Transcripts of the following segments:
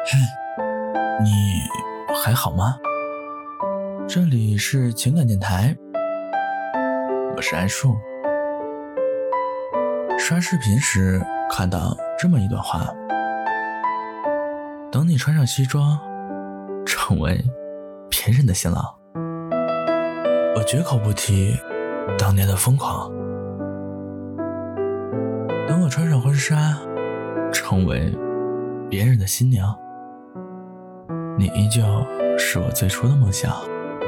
嗨，你还好吗？这里是情感电台，我是安树。刷视频时看到这么一段话：等你穿上西装，成为别人的新郎，我绝口不提当年的疯狂；等我穿上婚纱，成为别人的新娘，你依旧是我最初的梦想。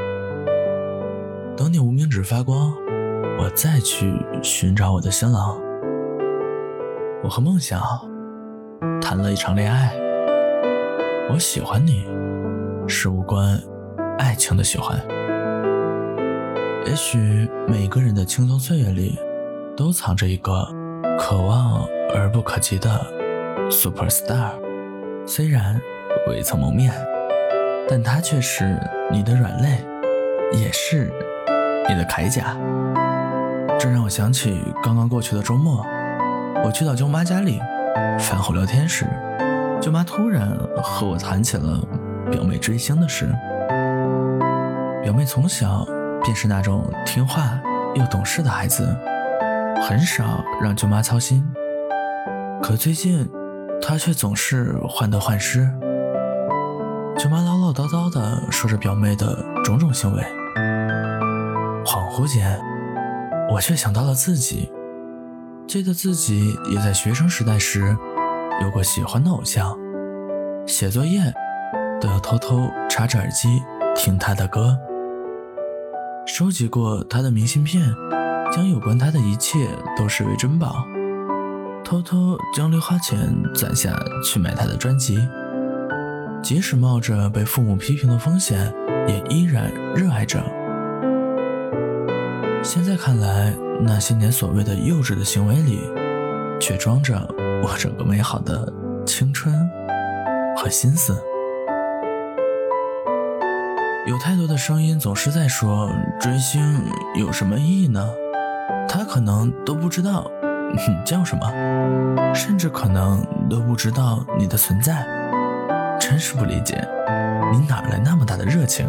等你无名指发光，我再去寻找我的新郎。我和梦想谈了一场恋爱，我喜欢你，是无关爱情的喜欢。也许每个人的青葱岁月里都藏着一个可望而不可及的 superstar， 虽然未曾谋面，但他却是你的软肋，也是你的铠甲。这让我想起刚刚过去的周末，我去到舅妈家里，饭后聊天时，舅妈突然和我谈起了表妹追星的事。表妹从小便是那种听话又懂事的孩子，很少让舅妈操心。可最近她却总是患得患失，舅妈唠唠叨叨地说着表妹的种种行为。恍惚间，我却想到了自己，记得自己也在学生时代时有过喜欢的偶像，写作业都要偷偷插着耳机听他的歌，收集过他的明信片，将有关他的一切都视为珍宝，偷偷将零花钱攒下去买他的专辑，即使冒着被父母批评的风险，也依然热爱着。现在看来，那些年所谓的幼稚的行为里，却装着我整个美好的青春和心思。有太多的声音总是在说，追星有什么意义呢？他可能都不知道你叫什么，甚至可能都不知道你的存在。真是不理解，你哪来那么大的热情？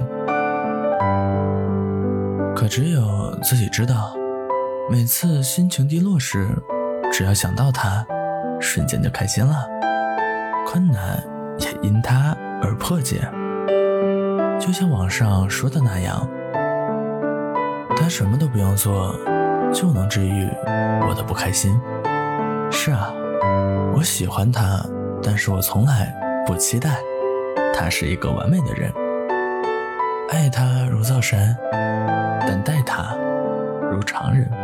可只有自己知道，每次心情低落时，只要想到他，瞬间就开心了，困难也因他而破解。就像网上说的那样，他什么都不用做，就能治愈我的不开心。是啊，我喜欢他，但是我从来不期待他是一个完美的人。爱他如造神，但待他如常人。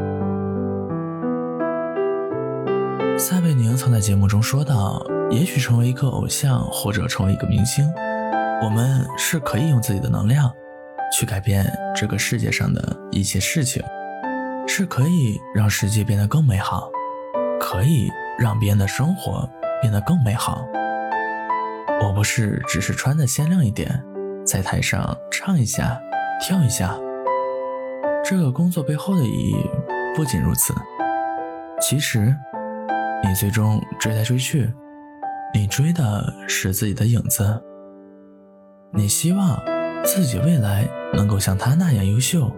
撒贝宁曾在节目中说到，也许成为一个偶像或者成为一个明星，我们是可以用自己的能量去改变这个世界上的一切事情，是可以让世界变得更美好，可以让别人的生活变得更美好。我不是只是穿得鲜亮一点，在台上唱一下跳一下，这个工作背后的意义不仅如此。其实你最终追来追去，你追的是自己的影子，你希望自己未来能够像他那样优秀。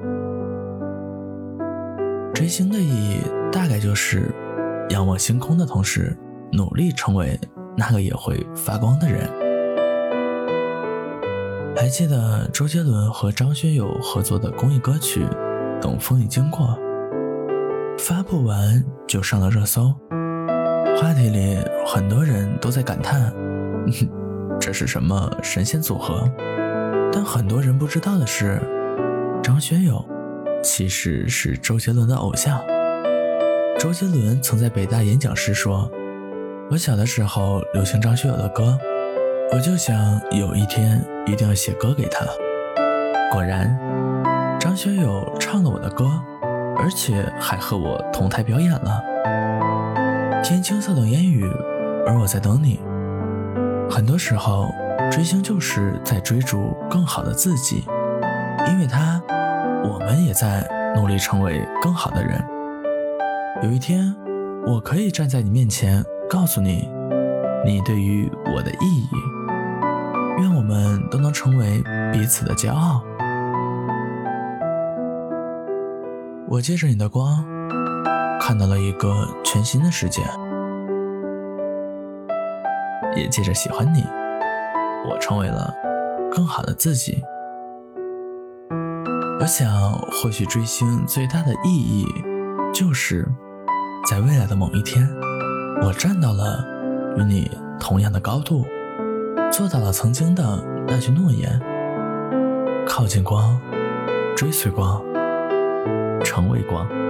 追星的意义大概就是仰望星空的同时，努力成为那个也会发光的人。还记得周杰伦和张学友合作的公益歌曲《等风已经过》，发布完就上了热搜，话题里很多人都在感叹这是什么神仙组合。但很多人不知道的是，张学友其实是周杰伦的偶像。周杰伦曾在北大演讲时说，我小的时候流行张学友的歌，我就想有一天一定要写歌给他。果然，张学友唱了我的歌，而且还和我同台表演了。天青色等烟雨，而我在等你。很多时候，追星就是在追逐更好的自己，因为他，我们也在努力成为更好的人。有一天，我可以站在你面前，告诉你，你对于我的意义愿我们都能成为彼此的骄傲。我借着你的光，看到了一个全新的世界，也借着喜欢你，我成为了更好的自己。我想，或许追星最大的意义，就是在未来的某一天，我站到了与你同样的高度，做到了曾经的那句诺言，靠近光，追随光，成为光。